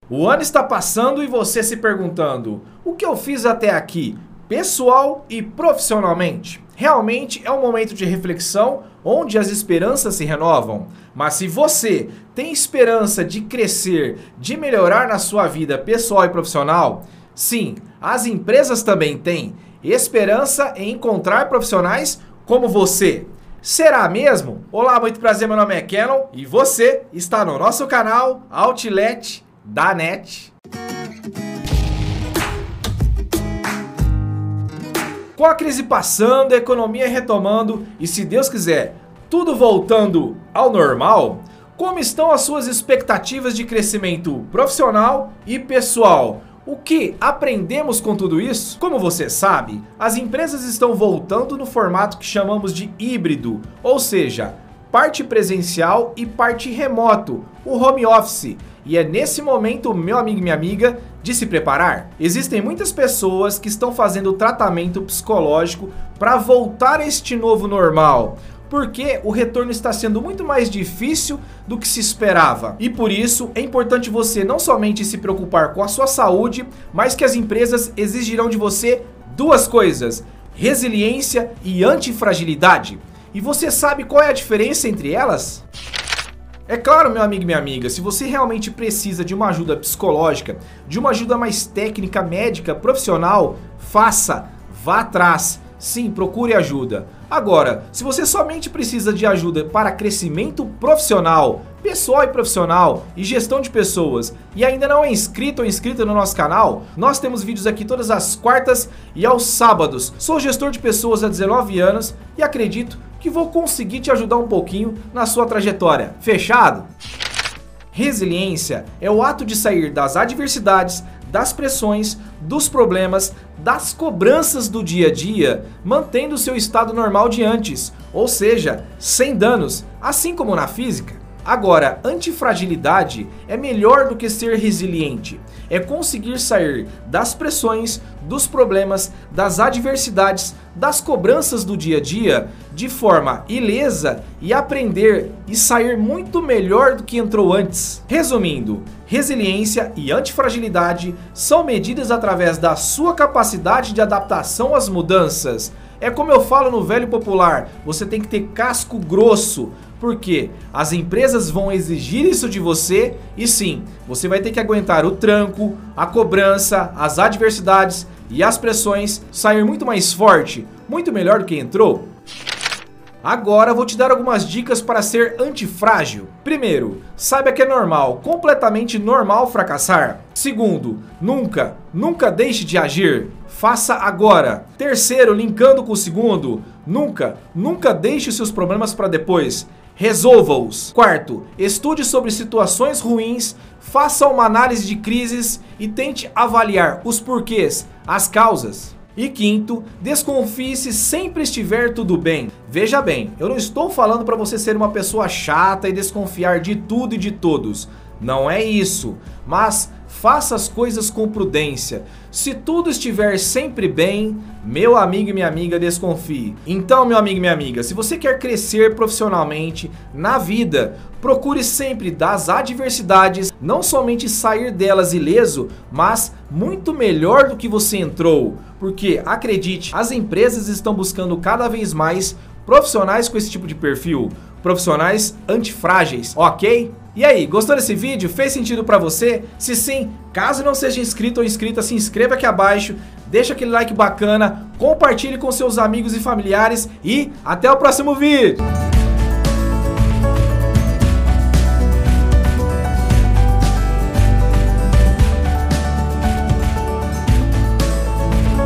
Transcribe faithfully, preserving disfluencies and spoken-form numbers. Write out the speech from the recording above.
O ano está passando e você se perguntando: o que eu fiz até aqui, pessoal e profissionalmente? Realmente é um momento de reflexão onde as esperanças se renovam. Mas se você tem esperança de crescer, de melhorar na sua vida pessoal e profissional, sim, as empresas também têm esperança em encontrar profissionais como você. Será mesmo? Olá, muito prazer, meu nome é Kenon e você está no nosso canal Outlet da Net. Com a crise passando, a economia retomando e, se Deus quiser, tudo voltando ao normal, como estão as suas expectativas de crescimento profissional e pessoal? O que aprendemos com tudo isso? Como você sabe, as empresas estão voltando no formato que chamamos de híbrido, ou seja, parte presencial e parte remoto, o home office. E é nesse momento, meu amigo e minha amiga, de se preparar. Existem muitas pessoas que estão fazendo tratamento psicológico para voltar a este novo normal, porque o retorno está sendo muito mais difícil do que se esperava. E por isso é importante você não somente se preocupar com a sua saúde, mas que as empresas exigirão de você duas coisas: resiliência e antifragilidade. E você sabe qual é a diferença entre elas? É claro, meu amigo e minha amiga, se você realmente precisa de uma ajuda psicológica, de uma ajuda mais técnica, médica, profissional, faça, vá atrás. Sim, procure ajuda. Agora, se você somente precisa de ajuda para crescimento profissional, pessoal e profissional e gestão de pessoas e ainda não é inscrito ou inscrita no nosso canal, nós temos vídeos aqui todas as quartas e aos sábados. Sou gestor de pessoas há dezenove anos e acredito que vou conseguir te ajudar um pouquinho na sua trajetória. Fechado? Resiliência é o ato de sair das adversidades, das pressões, dos problemas, das cobranças do dia a dia, mantendo o seu estado normal de antes, ou seja, sem danos, assim como na física. Agora, antifragilidade é melhor do que ser resiliente. É conseguir sair das pressões, dos problemas, das adversidades, das cobranças do dia a dia de forma ilesa e aprender e sair muito melhor do que entrou antes. Resumindo, resiliência e antifragilidade são medidas através da sua capacidade de adaptação às mudanças. É como eu falo no velho popular, você tem que ter casco grosso, porque as empresas vão exigir isso de você e sim, você vai ter que aguentar o tranco, a cobrança, as adversidades e as pressões, sair muito mais forte, muito melhor do que entrou. Agora vou te dar algumas dicas para ser antifrágil. Primeiro, saiba que é normal, completamente normal fracassar. Segundo, nunca, nunca deixe de agir. Faça agora. Terceiro, linkando com o segundo, nunca, nunca deixe os seus problemas para depois. Resolva-os. Quarto, estude sobre situações ruins, faça uma análise de crises e tente avaliar os porquês, as causas. E quinto, desconfie se sempre estiver tudo bem. Veja bem, eu não estou falando para você ser uma pessoa chata e desconfiar de tudo e de todos. Não é isso, mas faça as coisas com prudência. Se tudo estiver sempre bem, meu amigo e minha amiga, desconfie. Então, meu amigo e minha amiga, se você quer crescer profissionalmente na vida, procure sempre das adversidades, não somente sair delas ileso, mas muito melhor do que você entrou. Porque, acredite, as empresas estão buscando cada vez mais profissionais com esse tipo de perfil, profissionais antifrágeis, ok? E aí, gostou desse vídeo? Fez sentido pra você? Se sim, caso não seja inscrito ou inscrita, se inscreva aqui abaixo, deixa aquele like bacana, compartilhe com seus amigos e familiares e até o próximo vídeo!